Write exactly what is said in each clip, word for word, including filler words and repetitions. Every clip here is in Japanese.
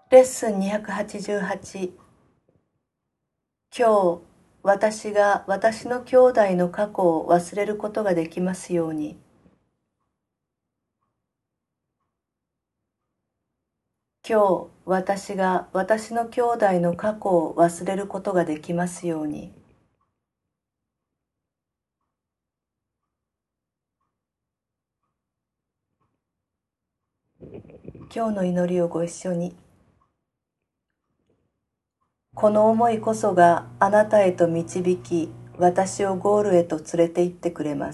レッスンにひゃくはちじゅうはち。今日、私が私の兄弟の過去を忘れることができますように。今日、私が私の兄弟の過去を忘れることができますように。今日の祈りをご一緒に。この思いこそがあなたへと導き、私をゴールへと連れて行ってくれます。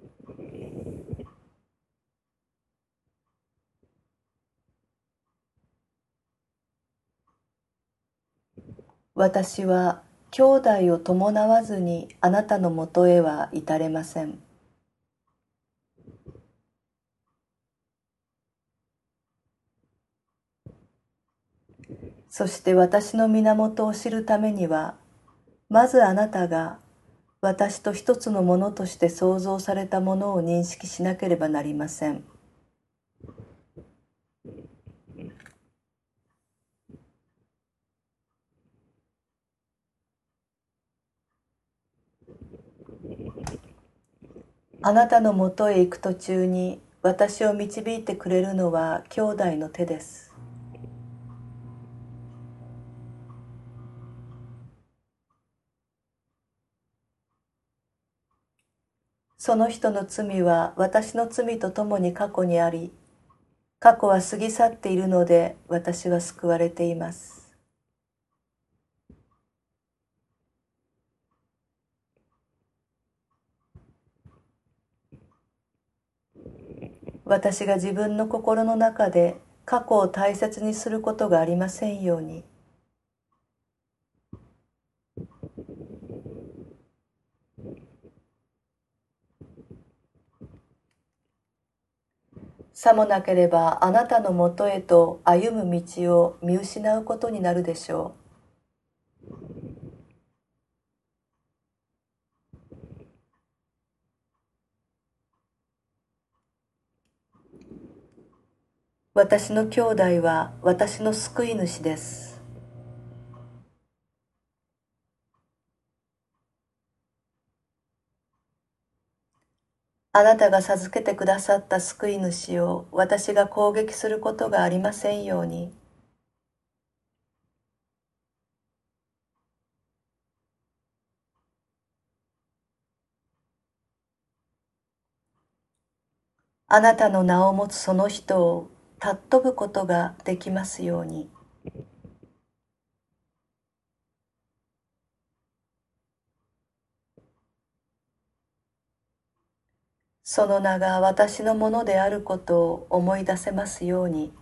私は兄弟を伴わずにあなたのもとへは至れません。そして私の源を知るためには、まずあなたが私と一つのものとして創造されたものを認識しなければなりません。あなたのもとへ行く途中に私を導いてくれるのは兄弟の手です。その人の罪は私の罪とともに過去にあり、過去は過ぎ去っているので私は救われています。私が自分の心の中で過去を大切にすることがありませんように。さもなければあなたのもとへと歩む道を見失うことになるでしょう。私の兄弟は私の救い主です。あなたが授けてくださった救い主を私が攻撃することがありませんように。あなたの名を持つその人を尊ぶことができますように。その名が私のものであることを思い出せますように。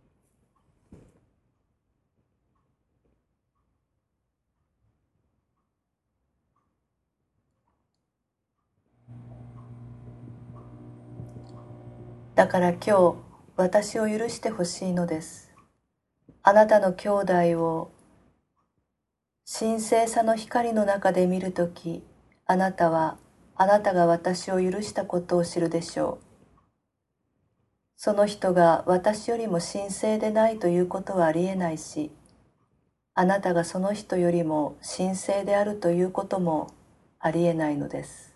だから今日、私を許してほしいのです。あなたの兄弟を神聖さの光の中で見るとき、あなたはあなたが私を許したことを知るでしょう。その人が私よりも神聖でないということはありえないし、あなたがその人よりも神聖であるということもありえないのです。